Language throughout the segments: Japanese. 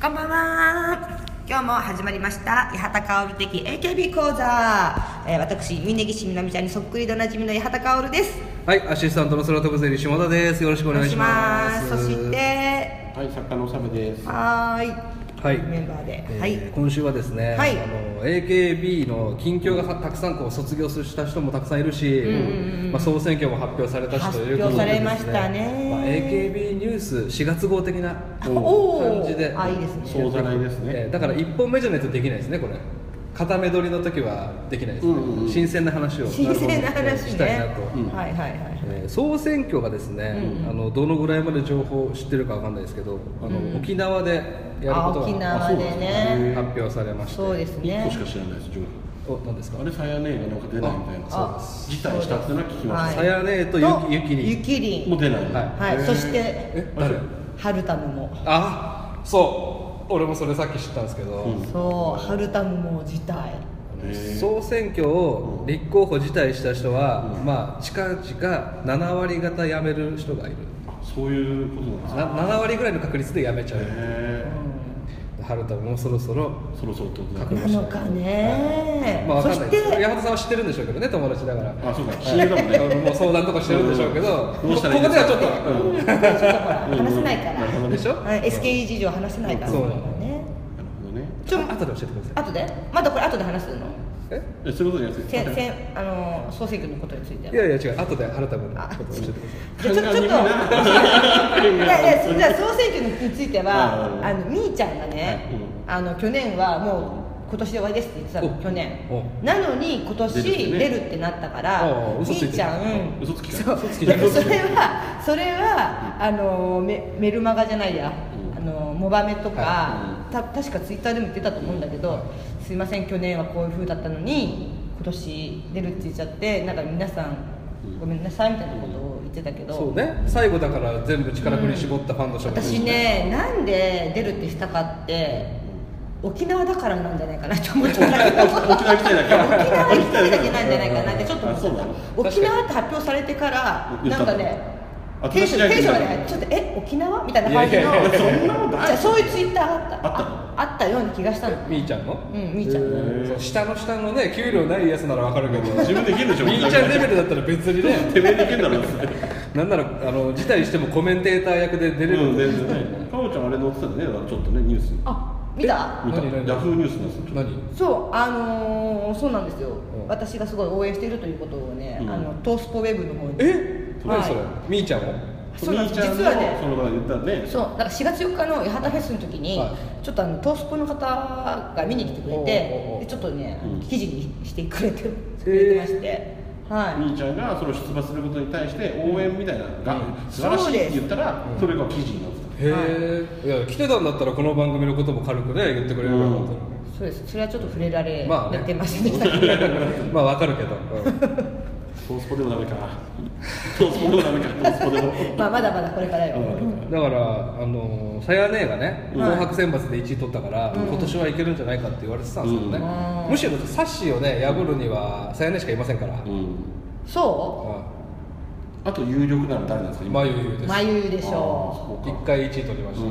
こんばんは。今日も始まりました八幡薫的 AKB 講座、私峯岸みなみちゃんにそっくりでおなじみの八幡薫です。 はい、アシスタントの空飛ぶゼリー下田です。よろしくお願いします。 そしてはい、作家のサムです。 はい、 メンバーで、はい、 今週はですね、AKB の近況がたくさん卒業した人もたくさんいるし、総選挙も発表されたしということでですね、 発表されましたね。 AKB ニュース4月号的な感じで、 いいですね。 総ざらいですね。 だから1本目じゃないとできないですね、これ。固め撮りの時はできないですね。新鮮な話を新鮮な話したいなと。総選挙がですね、どのぐらいまで情報知ってるかわかんないですけど、沖縄でやることが発表されまして、 そうですね。 1個しか知らないです情報。 何ですか？ あれさやねがなんか出ないみたいな。辞退したってのは聞きました。 さやねとゆきりんも出ない。 はい。そしてハルタムも。 そう。俺もそれさっき知ったんですけど、 そうハルタムも辞退。 総選挙を立候補辞退した人は、近々7割方辞める人がいる。 そういうことなんですか。 7割ぐらいの確率で辞めちゃう。ハルタムもそろそろとなのかね。 分かんないです。八幡さんは知ってるんでしょうけどね、友達だから。 そうか、親友だもんね。 もう相談とかしてるんでしょうけど、ここではちょっと話せないからでしょ。 SKE 事情話せないから。 そうなのね。 後で教えてください。 後で？まだこれ後で話すの？ そういうことじゃないですか。 総選挙のことについて。 いや違う。後でハルタムのことを教えてください。 ちょっと。じゃあ総選挙についてはみーちゃんがね、去年はもう今年で終わりですって言ってたの、去年なのに今年出るってなったからみーちゃん嘘つきそれはメルマガじゃないやモバメとか確かツイッターでも言ってたと思うんだけど、すいません去年はこういう風だったのに今年出るって言っちゃってなんか皆さんごめんなさいみたいなことを言ってたけど、 そうね、最後だから全部力振り絞ったファンの人も私ね、なんで出るってしたかって沖縄だからなんじゃないかなって思っちゃったけど沖縄行きたいだけ沖縄行きたいだけなんじゃないかなってちょっと思っちゃった。沖縄って発表されてからなんかねテンションがねちょっと沖縄みたいな感じのじゃそういうツイッターがあったような気がしたの。 みーちゃんの？ みーちゃんの下のね給料ないやつならわかるけど自分できるでしょ。 みーちゃんレベルだったら別にねてめえできるんだろうなんなら辞退してもコメンテーター役で出れるんで。 全然ね。かおちゃんあれ載ってたんだね、ちょっとねニュース。 見た？ ヤフーニュースです。 何？ そうそうなんですよ。私がすごい応援しているということをねトースポウェブの方に。 何それ？みーちゃんも？ そうなんです。実はね、そうだから4月4日の八幡フェスの時にちょっとトースポの方が見に来てくれて、ちょっとね記事にしてくれてまして。 みーちゃんがそれを出馬することに対して応援みたいなのが素晴らしいって言ったらそれが記事になってた。 いや来てたんだったらこの番組のことも軽くね言ってくれるような。 そうです。それはちょっと触れられてませんでしたけど。 わかるけど。 トースポでもダメか。トースポでもダメか。トースポでも。 まだまだこれからよ。 だからさやねがね紅白選抜で1位取ったから今年はいけるんじゃないかって言われてたんですけどね。むしろサッシーをね破るにはさやねしかいませんから。 そう？ あと有力なの誰なんですか？ まゆゆです。 まゆゆでしょう。 1回1位取りました。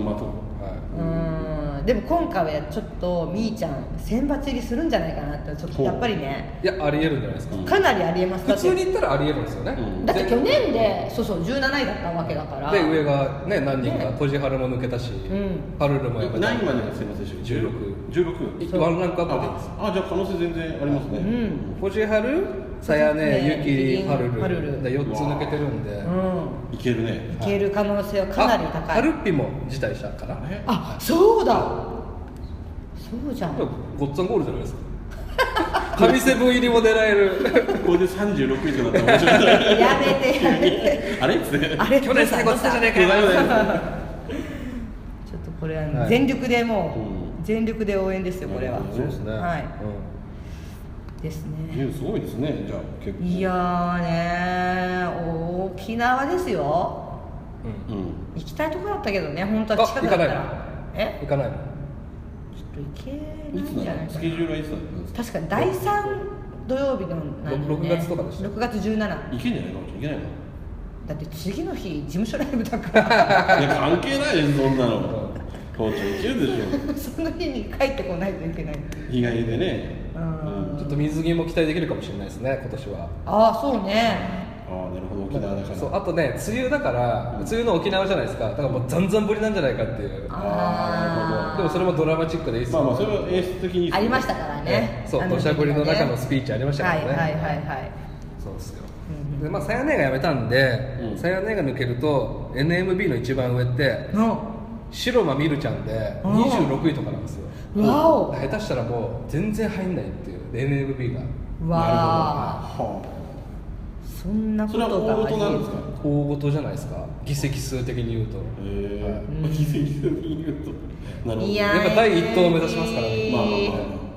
でも今回はちょっとみーちゃん選抜入りするんじゃないかなってちょっとやっぱりね。 いやありえるんじゃないですか。 かなりありえます。 普通に言ったらありえるんですよね。 だって去年でそう17位だったわけだから。 で上がね何人かこじはるも抜けたし、パルルもやめた。 何位までが選抜でしょう？16。 ワンランクアップでいいです。 じゃあ可能性全然ありますね。 こじはる、さやね、ゆきりん、パルルで4つ抜けてるんでいけるね。 いける可能性はかなり高い。 はるっぴも辞退したからね。 そうだ。そうじゃん。 ごっつぁんゴールじゃないですか。神セブン入りも狙える。 これで36位とかだったら面白い。 やめて。 あれっつって。 去年最後っつったじゃねえかよ。 ちょっとこれは全力でもう全力で応援ですよこれは。 そうですね。 はい。ですね。 すごいですね。じゃあ結構。 いやね沖縄ですよ。行きたいところだったけどね本当は近くだったら。 行かないの？ 行けないんじゃないかな。 スケジュールはいつなんですか？ 確かに第3土曜日の 6月とかでした。 6月17。 行けんじゃないの？行けないの？ だって次の日事務所ライブだから。 関係ないですそんなの。 本当にいけるでしょその日に帰ってこないといけない。 日帰りでね、 ちょっと水着も期待できるかもしれないですね、今年は。 ああそうね。 ああなるほど、沖縄だから。 そうあとね、梅雨だから、梅雨の沖縄じゃないですか、だからもうざんざん降りなんじゃないかっていう。 ああでもそれもドラマチックでいいっすよ。 まあまあそれは演出的にありましたからね。 そう土砂降りの中のスピーチありましたからね。 はいはいはいはい。 そうですよ。でまあさやねが辞めたんで、さやねが抜けると NMB の一番上って白間みるちゃんで26位とかなんですよ。 わお。 下手したらもう全然入んないっていう NMB が。 わあ。そんなことがありそれは大事なんですか。 大事じゃないですか、議席数的に言うと。 議席数的に言うとなるほど。 やっぱ第一党を目指しますからね。 まあまあまあ、はい。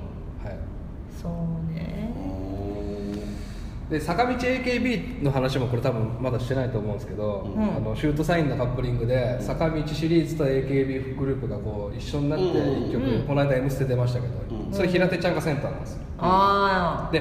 そうね。 で坂道 AKB の話もこれ多分まだしてないと思うんですけど、シュートサインのカップリングで坂道シリーズと AKB グループがこう一緒になって1曲、この間 M ステ出ましたけど、それ平手ちゃんがセンターなんですよ。で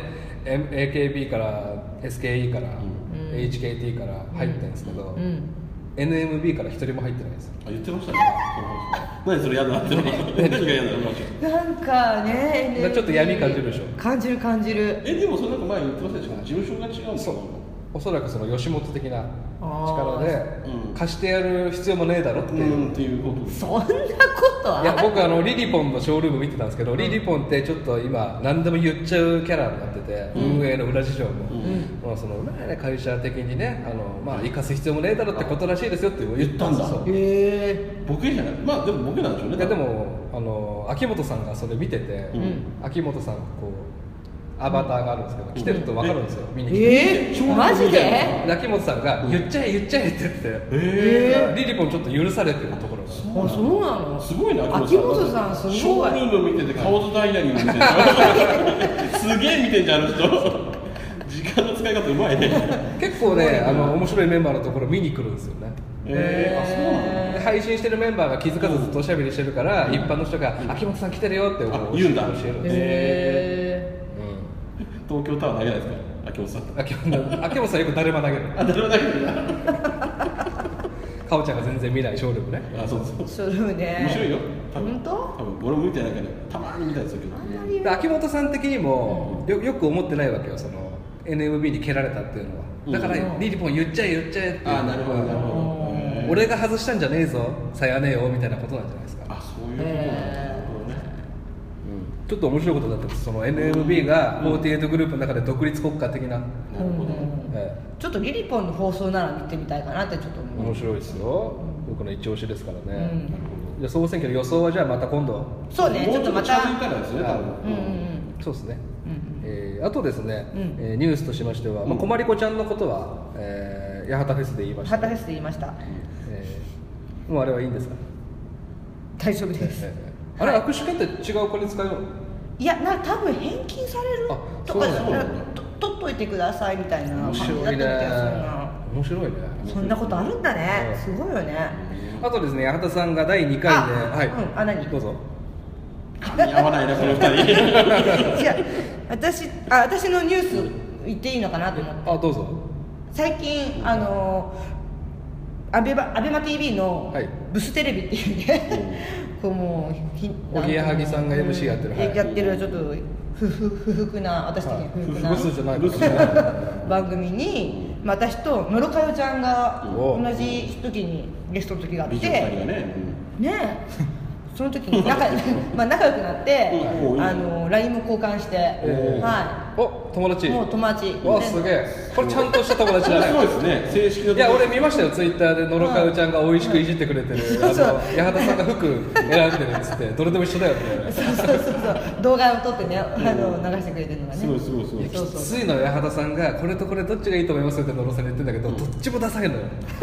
AKB から SKE から、HKT から入ってるんですけど、NMB から一人も入ってないです。 あ、言ってましたね。何それ嫌だって何が嫌だなんかね、 ちょっと闇感じるでしょ。 感じる感じる。 でもそれなんか前言ってましたでしょ、事務所が違うんですよ。 おそらくその吉本的な力で貸してやる必要もねえだろっていうこと。 そんなことある？ いや僕リリポンのショールーム見てたんですけど、リリポンってちょっと今何でも言っちゃうキャラになってて、運営の裏事情も、その会社的にねまあ生かす必要もねえだろってことらしいですよって言ったんだ。 ボケじゃない。まあでもボケなんでしょうね。 いやでも秋元さんがそれ見てて、秋元さんこうアバターがあるんですけど、来てると分かるんですよ、見に来て。 マジで？ 秋元さんが言っちゃえ言っちゃえって言って、リリポンちょっと許されてるところが。 あ、そうなの？ すごいな、 秋元さんすごい。 ショールーム見てて顔とダイヤリング見ててすげえ見てんじゃん、あの人。時間の使い方うまいね。 結構ね、面白いメンバーのところ見に来るんですよね。 あ、そうなの？ 配信してるメンバーが気づかずずっとおしゃべりしてるから、一般の人が秋元さん来てるよって言うんだ。 教えるんですよ。 東京タワー投げないですか、秋元さん。 秋元さんよく誰も投げる。 誰も投げるんだ。 かおちゃんが全然見ないショールームね。 あ、そうそう。 ショールームね。 面白いよ。 本当？ 多分俺も見てないけど、たまに見たりするけど。 秋元さん的にもよく思ってないわけよ、その NMB に蹴られたっていうのは。だからリリポン言っちゃえ言っちゃえって。 あ、なるほどなるほど。 俺が外したんじゃねえぞ、さやねえよみたいなことなんじゃないですか。 あ、そういうことなんだ。 ちょっと面白いことだったんです。その NMB が48グループの中で独立国家的な、 ちょっとリリポンの放送なら見てみたいかなってちょっと思う。 面白いですよ、僕の一押しですからね。じゃあ総選挙の予想はじゃあまた今度。 そうね、ちょっとまた。 そうですね。あとですね、ニュースとしましては、こまりこちゃんのことは八幡フェスで言いました。 八幡フェスで言いました。 もうあれはいいんですか？ 大丈夫です。 あれ握手券って違う子に使うの？ いや、多分返金されるとか、取っといてくださいみたいな感じだったみたいですな。 面白いね。 そんなことあるんだね。すごいよね。 あとですね、八幡さんが第2回で、 はい、何？ どうぞ。 噛み合わないなこの2人。 いや、私のニュース言っていいのかなと思って。 あ、どうぞ。 最近アベマ TV のブステレビっていうね、こうもうおぎやはぎさんが MC やってる、 やってるちょっと不服な、私的に不服な番組に私と野呂佳代ちゃんが同じ時にゲストの時があってね、その時に仲良くなって、LINE も交換して、はい。 お、友達。 もう友達。 わ、すげえ。これちゃんとした友達だね。 そうですね。正式な。 いや、俺見ましたよ、ツイッターで野呂佳代ちゃんが美味しくいじってくれてる。八幡さんが服選んでるっつって、どれでも一緒だよって。 そう動画を撮ってね、流してくれてるのがね。 すごいすごいすごい。 きついのよ、八幡さんがこれとこれどっちがいいと思いますって野呂さんに言ってんだけど、どっちもダサいのよ。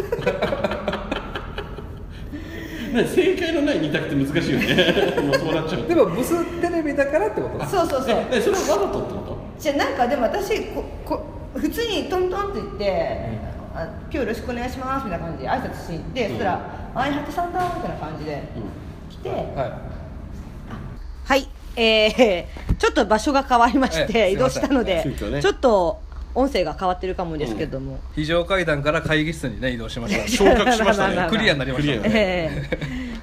正解のない2択って難しいよね。もうそうなっちゃう。 でもブステレビだからってこと？ そうそうそう。 それはわざとってこと？ じゃあなんかでも私普通にトントンって言って「今日よろしくお願いします」みたいな感じで挨拶しに行って、そしたら「あいはてさんだ」みたいな感じで来て、はい、ちょっと場所が変わりまして移動したので、ちょっと音声が変わってるかもですけども、 非常階段から会議室にね移動しました。 昇格しましたね。 クリアになりましたね。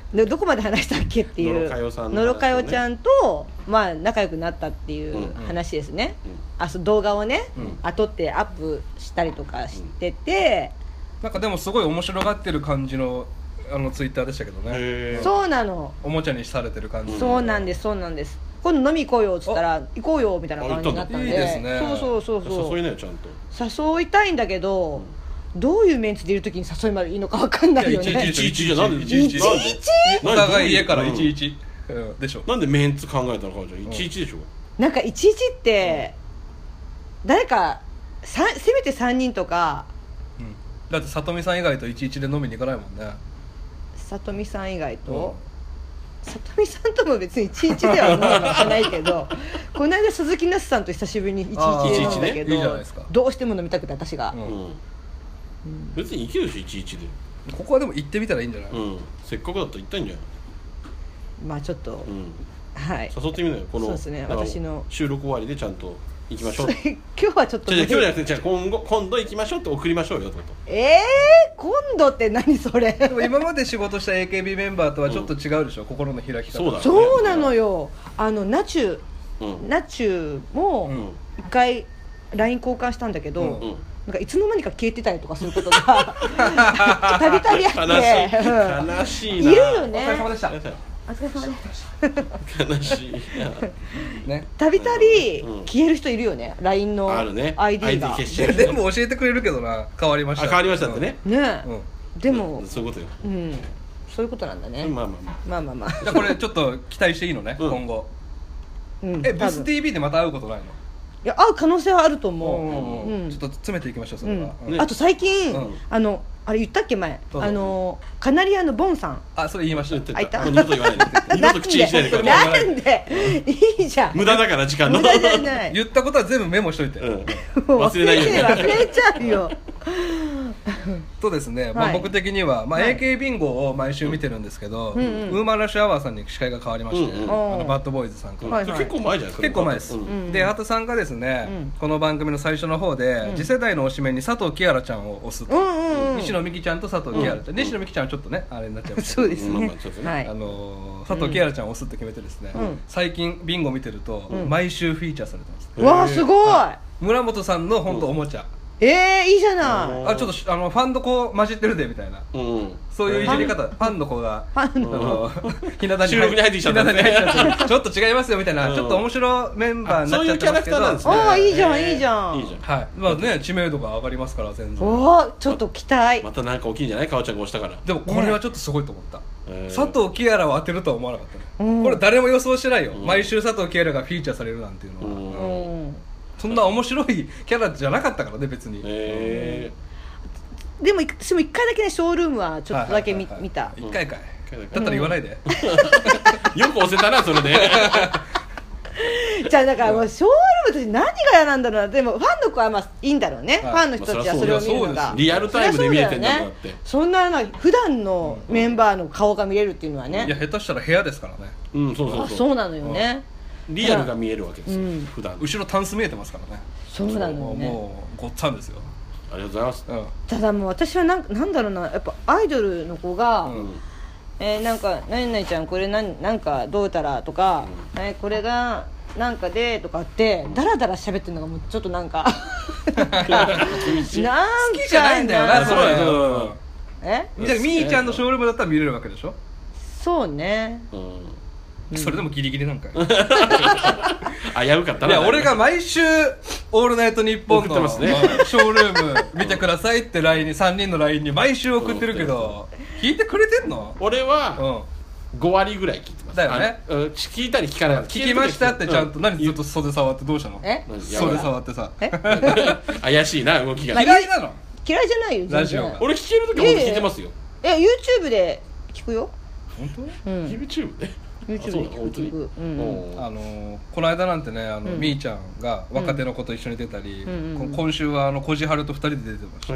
どこまで話したっけっていう野呂佳代さんの話ね野呂佳代ちゃんと、まあ、仲良くなったっていう話ですね、そう動画をね、撮ってアップしたりとかしてて、 なんかでもすごい面白がってる感じのツイッターでしたけどね。 そうなの、 おもちゃにされてる感じ。 そうなんです、そうなんです。今度飲み行こうよっつったら行こうよみたいな感じになったんで、 いいですね。 そう誘いなよちゃんと。 誘いたいんだけど、どういうメンツでいる時に誘いまでいいのか分かんないよね。 11じゃなんで 11？ お互い家から11でしょ。 なんでメンツ考えたのかじゃ11でしょ。 なんか11って誰かせめて3人とか、 だって里見さん以外と11で飲みに行かないもんね。 里見さん以外と、里見さんとも別に11では飲むわけないけどこの間鈴木那須さんと久しぶりに11で飲んだけど、 いいじゃないですか。 どうしても飲みたくて私が、 別に行けるでしょ11で。 ここはでも行ってみたらいいんじゃない？ せっかくだったら行ったんじゃない。 まあちょっと、はい、 誘ってみなよ。このそうですね、私の収録終わりでちゃんと行きましょう。 今日はちょっと今日じゃなくて今度行きましょうって送りましょうよってこと。 今度って何それ。 でも今まで仕事した AKB メンバーとはちょっと違うでしょ、心の開き方。 そうなのよ。ナチュも一回 LINE 交換したんだけど、なんかいつの間にか消えてたりとかすることがたびたびあって悲しいな。 いるよね。 お疲れ様でした。 お疲れ様です。 悲しいね。 たびたび消える人いるよね。 LINE の ID が。 でも教えてくれるけどな、変わりました。 変わりましたってね。 ね。でもそういうことよ。 そういうことなんだね。 まあじゃあこれちょっと期待していいのね、今後。ブス TV でまた会うことないの？ いや、会う可能性はあると思う。 ちょっと詰めていきましょう、それは。 あと最近あれ言ったっけ前、カナリアのボンさん。 それ言いました。 あ、いた。 二度と言わないで。二度と口にしないでください。 なんでいいじゃん。 無駄だから時間の。 無駄じゃない。 言ったことは全部メモしといて。 忘れないように。 忘れちゃうよ。 とですね、僕的には AK ビンゴを毎週見てるんですけど、ウーマンラッシュアワーさんに司会が変わりまして、バッドボーイズさんから。 結構前じゃないですか。 結構前です。で、八幡さんがですね、この番組の最初の方で次世代の推しメンに佐藤キアラちゃんを推すと。西野美紀ちゃんと佐藤キアラちゃん。西野美紀ちゃんはちょっとね、あれになっちゃいました。 そうですね。 佐藤キアラちゃんを推すって決めてですね、最近ビンゴ見てると毎週フィーチャーされてます。 わあ、すごい。 村本さんの本当おもちゃ。 いいじゃない。 ちょっとファンの子混じってるでみたいな、そういういじり方。ファンの子がひな壇に収録に入ってきちゃったんですね。 ちょっと違いますよみたいな、ちょっと面白メンバーになっちゃってますけど、 いいじゃん、いいじゃん。 はい、まあね、知名度が上がりますから全然。 ちょっと期待。 またなんか大きいんじゃない？かおちゃんが押したから。 でもこれはちょっとすごいと思った。佐藤キアラを当てるとは思わなかったね。これ誰も予想してないよ。毎週佐藤キアラがフィーチャーされるなんていうのは。そんな面白いキャラじゃなかったからね、別に。 でも私も1回だけね、ショールームはちょっとだけ見た。 1回かい。だったら言わないで。 よく押せたな、それで。 じゃあだからもうショールームって何が嫌なんだろうな。でもファンの子はまあいいんだろうね。ファンの人たちはそれを見るのがリアルタイムで見えてんだもんって。 そんな普段のメンバーの顔が見れるっていうのはね。 いや、下手したら部屋ですからね。 そうなのよね。 リアルが見えるわけですよ、普段。 後ろタンス見えてますからね。 そうなのよね。 もうごっつぁんですよ。 ありがとうございます。 ただもう私はなんだろうな、やっぱアイドルの子がなんか何々ちゃんこれなんかどうたらとか、これがなんかでとかってダラダラ喋ってるのがもうちょっとなんかなんか好きじゃないんだよな。そうだよ。じゃあみーちゃんのショールームだったら見れるわけでしょ。 そうね。 それでもギリギリなんかよ。 危うかったな。 いや、俺が毎週「オールナイトニッポン」のショールーム見てくださいってLINEに3人の LINE に毎週送ってるけど、聞いてくれてんの？ 俺は5割ぐらい聞いてます。 だよね。 聞いたり聞かない。 聞きましたってちゃんと。何ずっと袖触ってどうしたの？袖触ってさ。 怪しいな動きが。 嫌いなの？ 嫌いじゃないよ。 ラジオが。 俺聞けるときは俺聞いてますよ。 YouTube で聞くよ。 本当 ？YouTube で。 YouTube で聞く。 この間なんてね、みーちゃんが若手の子と一緒に出たり、今週はこじはると2人で出てました。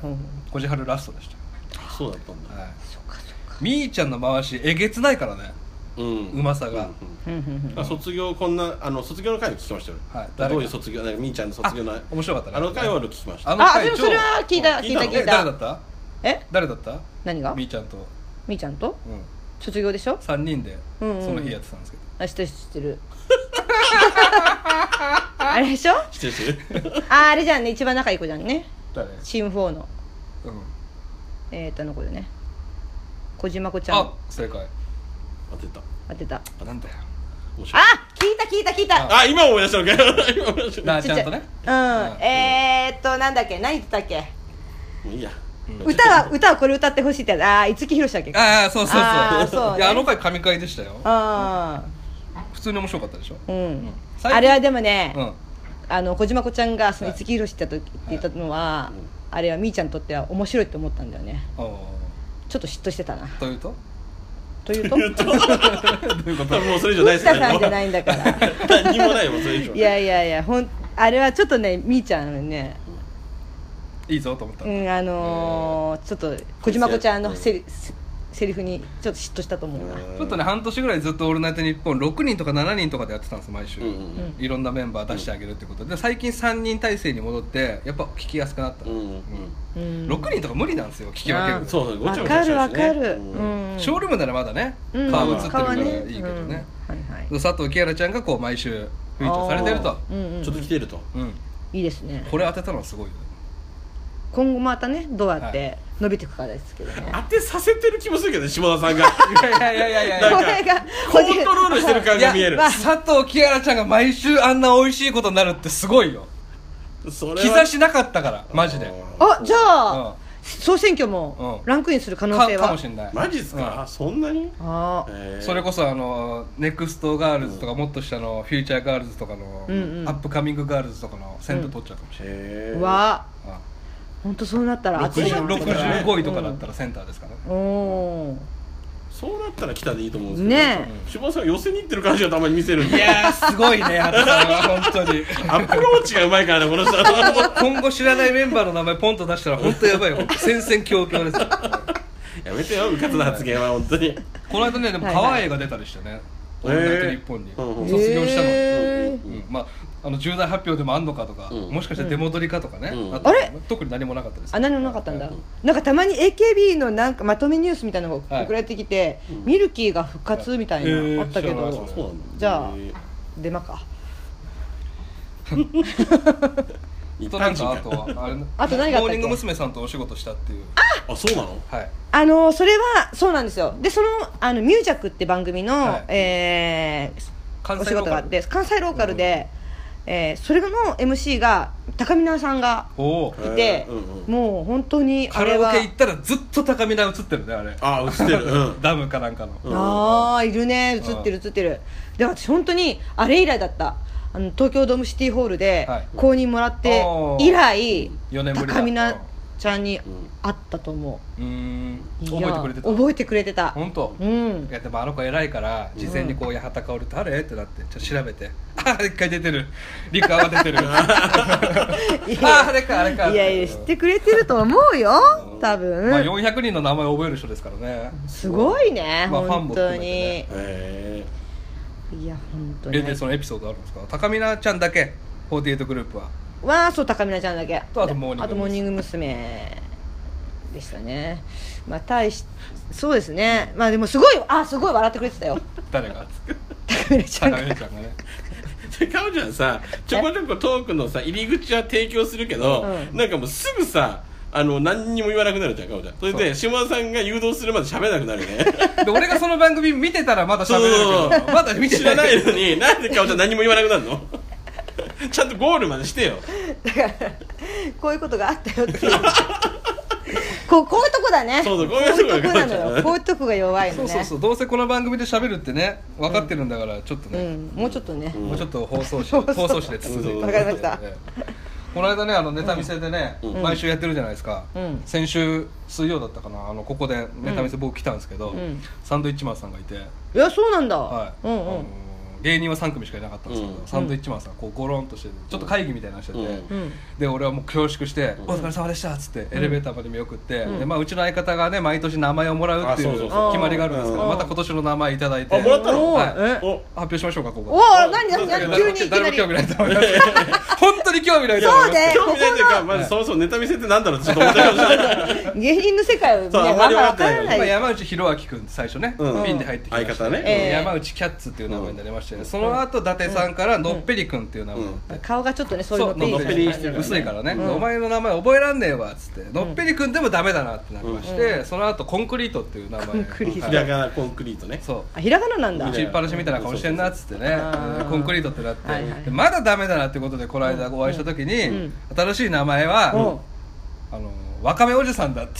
こじはるラストでした。 そうだったんだ。 みーちゃんの回しえげつないからね、うまさが。 卒業こんな卒業の回を聞きましたよ。どういう卒業、みーちゃんの卒業の面白かったね。 あの回を聞きました。 でもそれは聞いた。 誰だった？誰だった？ 何が？ みーちゃんとみーちゃんとうん卒業でしょ。 3人でそうんうんの日やってたんですけど、 あ、知ってるあれでしょ。 してるあれじゃんね、一番仲いい子じゃんね、 誰？ チーム4のうんあの子でね、小島子ちゃん。 あ、正解。 当てたなんだよ。 面白い。 聞いた。 あ、今思い出したのか今思い出したなあちゃんとね。 なんだっけ、何言ってたっけ。 もういいや。 歌はこれ歌ってほしいって。五木ひろしだっけ。 ああ、そうそうそう。 あーそうねいや、あの回神回でしたよ。 あ普通に面白かったでしょ。 あ、うん最近あれはでもね、 うん。 小島子ちゃんがその五木ひろしって言ったのは、あれはみーちゃんにとっては面白いと思ったんだよね。ちょっと嫉妬してたな。 というと？ というとどういうこともうそれ以上ないです藤田さんじゃないんだから何にもないもんそれ以上。 いやあれはちょっとね、みーちゃんね、 いいぞと思ったちょっと小島子ちゃんのセリフにちょっと嫉妬したと思うな。 ちょっとね、半年ぐらいずっと「オールナイトニッポン」6人とか7人とかでやってたんです毎週、いろんなメンバー出してあげるってことで、最近3人体制に戻ってやっぱ聞きやすくなった、6人とか無理なんですよ、聞き分ける。 そうごちゃわかごちゃしちゃうしねるわかる、 ショールームならまだね、 うん顔映ってるから顔はねいいけどね、 はいはい、 佐藤キアラちゃんがこう毎週フィーチャーされてると、 ちょっと来てると。 いいですね。 これ当てたのはすごいよね。 今後またね、どうやって伸びていくかですけどね。 当てさせてる気もするけどね、下田さんが。 いやなんかこれがコントロールしてる感が見える。 佐藤キアラちゃんが毎週あんな美味しいことになるってすごいよ。 それは兆しなかったからマジで。 あ、じゃあ、 うん総選挙もランクインする可能性はかもしれない。 マジっすか、そんなに。 あそれこそネクストガールズとかもっと下のフューチャーガールズとかの、アップカミングガールズとかの先頭取っちゃうかもしれない。 ーわあ、本当そうなったら熱いな。 65位とかだったらセンターですからね。 おー、 そうなったら北でいいと思うんですけどね下田さん寄せに行ってる感じがたまに見せるんで。 いやーすごいね、畑さんは本当に。 アプローチがうまいからね、この人。 今後知らないメンバーの名前ポンと出したら本当やばいよ。戦々恐々ですよ。 やめてよ、うかつな発言は本当に。 この間ね、でも川栄が出たりしてね、オールナイトニッポンに卒業したの。まあ重大発表でもあんのかとか、もしかして出戻りかとかね、 あれ特に何もなかったです。 あ、何もなかったんだ。なんかたまに AKB のなんかまとめニュースみたいなのが送られてきて、ミルキーが復活みたいなあったけど、 そうなんだ。 じゃあデマか。 となんかあとはあと何があったっけモーニング娘。さんとお仕事したっていう。 あ、そうなの。 はい。 それはそうなんですよ。でそのミュージャックって番組の、 はいお仕事があって、関西ローカルで、それの MC が高見菜さんがいて、もう本当にカラオケ行ったらずっと高見菜映ってるね、あれ。 あ、映ってる。 ダムかなんかの。 ああ、いるね、映ってる。で、私本当にあれ以来だった。東京ドームシティホールで公認もらって以来、 4年ぶりだ。 高見菜ちゃんに会ったと思う。 覚えてくれてた。 覚えてくれてた。 本当。いやでもあの子偉いから事前にこう八幡薫ってあれってなってちょっと調べて、あ一回出てる、リカは出てる。あれか。 いや知ってくれてると思うよ、多分。 まあ400人の名前覚える人ですからね。 すごいね、本当に。いや本当に。 でそのエピソードあるんですか？高見菜ちゃんだけ48グループは。 そう、高見菜ちゃんだけとあとモーニング娘。でしたね。まあそうですね。まあでもすごい笑ってくれてたよ。 誰が？ 高見菜ちゃんが。 高見菜ちゃんがね。 かおちゃんさ、ちょこちょこトークのさ入り口は提供するけど、なんかもうすぐさ何にも言わなくなるじゃん、かおちゃん。それで下田さんが誘導するまで喋らなくなるよね。 で俺がその番組見てたらまだ喋れるけど、まだ見て知らないのになんでかおちゃん何も言わなくなるの？ちゃんとゴールまでしてよ。 だからこういうことがあったよっていう。こういうとこだね。 そう、 こういうとこなのよ。こういうとこが弱いのね。 そうどうせこの番組で喋るってね分かってるんだからちょっとね、 もうちょっとね、 もうちょっと放送紙で続いて。 わかりました。 この間ねネタ見せでね毎週やってるじゃないですか。先週水曜だったかな、ここでネタ見せ僕来たんですけど、サンドイッチマンさんがいて。 いやそうなんだ。 はい。 芸人は3組しかいなかったんですけど、サンドイッチマンさんこうゴロンとしてちょっと会議みたいなのしてて、で俺はもう恐縮して「お疲れ様でした」っつってエレベーターまで見送って、でうちの相方がね毎年名前をもらうっていう決まりがあるんですけど、また今年の名前いただいて、 もらったの？ はい、発表しましょうか。ここおお、何急にいきなり誰も興味ないと思います本当に興味ないと思います。 興味ないっていうか、まずそもそもネタ見せってなんだろうってちょっと思ってました芸人の世界をねそうあんまり分かってない今山内弘明君最初ね、ピンで入ってきました、 相方ね山内キャッツっていう名前になりまして、その後伊達さんからのっぺり君っていう名前になって、 顔がちょっとねそういうのっぺりしてる薄いからね、お前の名前覚えらんねえわっつって、のっぺり君でもダメだなってなりまして、その後コンクリートっていう名前、 ひらがなコンクリートね。 そうひらがななんだ。 打ちっぱなしみたいな顔してんなっつってね、コンクリートってなって、まだダメだなってことでこの間お会いした時に、新しい名前はわかめおじさんだって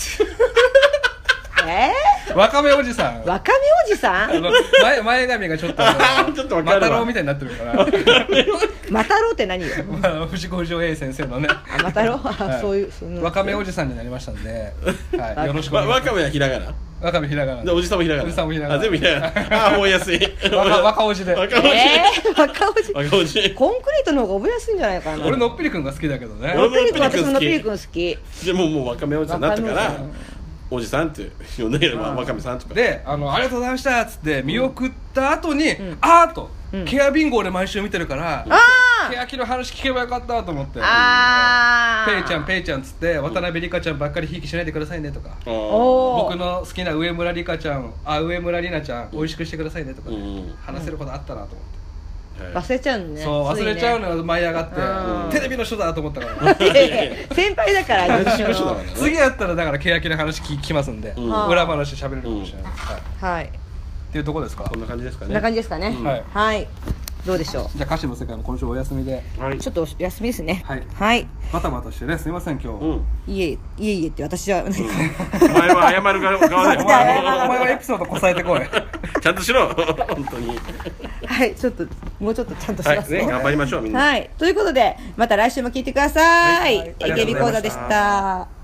わかめおじさん、 わかめおじさん前髪がちょっとちょっと分かるわマタロウみたいになってるからマタロウって何よ藤子不二雄 A 先生のねマタロウそういうわかめおじさんになりましたんで、はい、よろしくお願いします。 わかめはひらがな、 わかめひらがなでおじさんもひらがな、 おじさんもひらがな、 全部ひらがな覚えやすい若おじで若おじ若おじコンクリートの方が覚えやすいんじゃないかな。 俺のっぴりくんが好きだけどね。 のっぴりくん、私ものっぴりくん好きでもわかめおじさんになったからおじさんって呼んだけど、わかめさんとかでありがとうございましたっつって見送った後に、あーと、ケアビンゴ俺毎週見てるから、ケアキの話聞けばよかったと思って、ペイちゃんっつって渡辺梨香ちゃんばっかりひいきしないでくださいねとか、僕の好きな上村里奈ちゃん美味しくしてくださいねとか、話せることあったなと思って。 忘れちゃうのね。 そう忘れちゃうのが舞い上がってテレビの人だと思ったから先輩だから次やったらだから欅の話聞きますんで、裏話喋れるかもしれない。はいっていうとこですか。 こんな感じですかね。 こんな感じですかね。はい、どうでしょう。 じゃあ歌詞の世界も今週お休みで、 ちょっとお休みですね。はい、 バタバタしてね、すみません今日。 いえって私はお前は謝る側だよ。 お前はエピソードこさえてこいちゃんとしろ本当に。 はい、ちょっともうちょっとちゃんとしますね。 頑張りましょうみんな。 はい、ということでまた来週も聞いてください。AKB講座でした。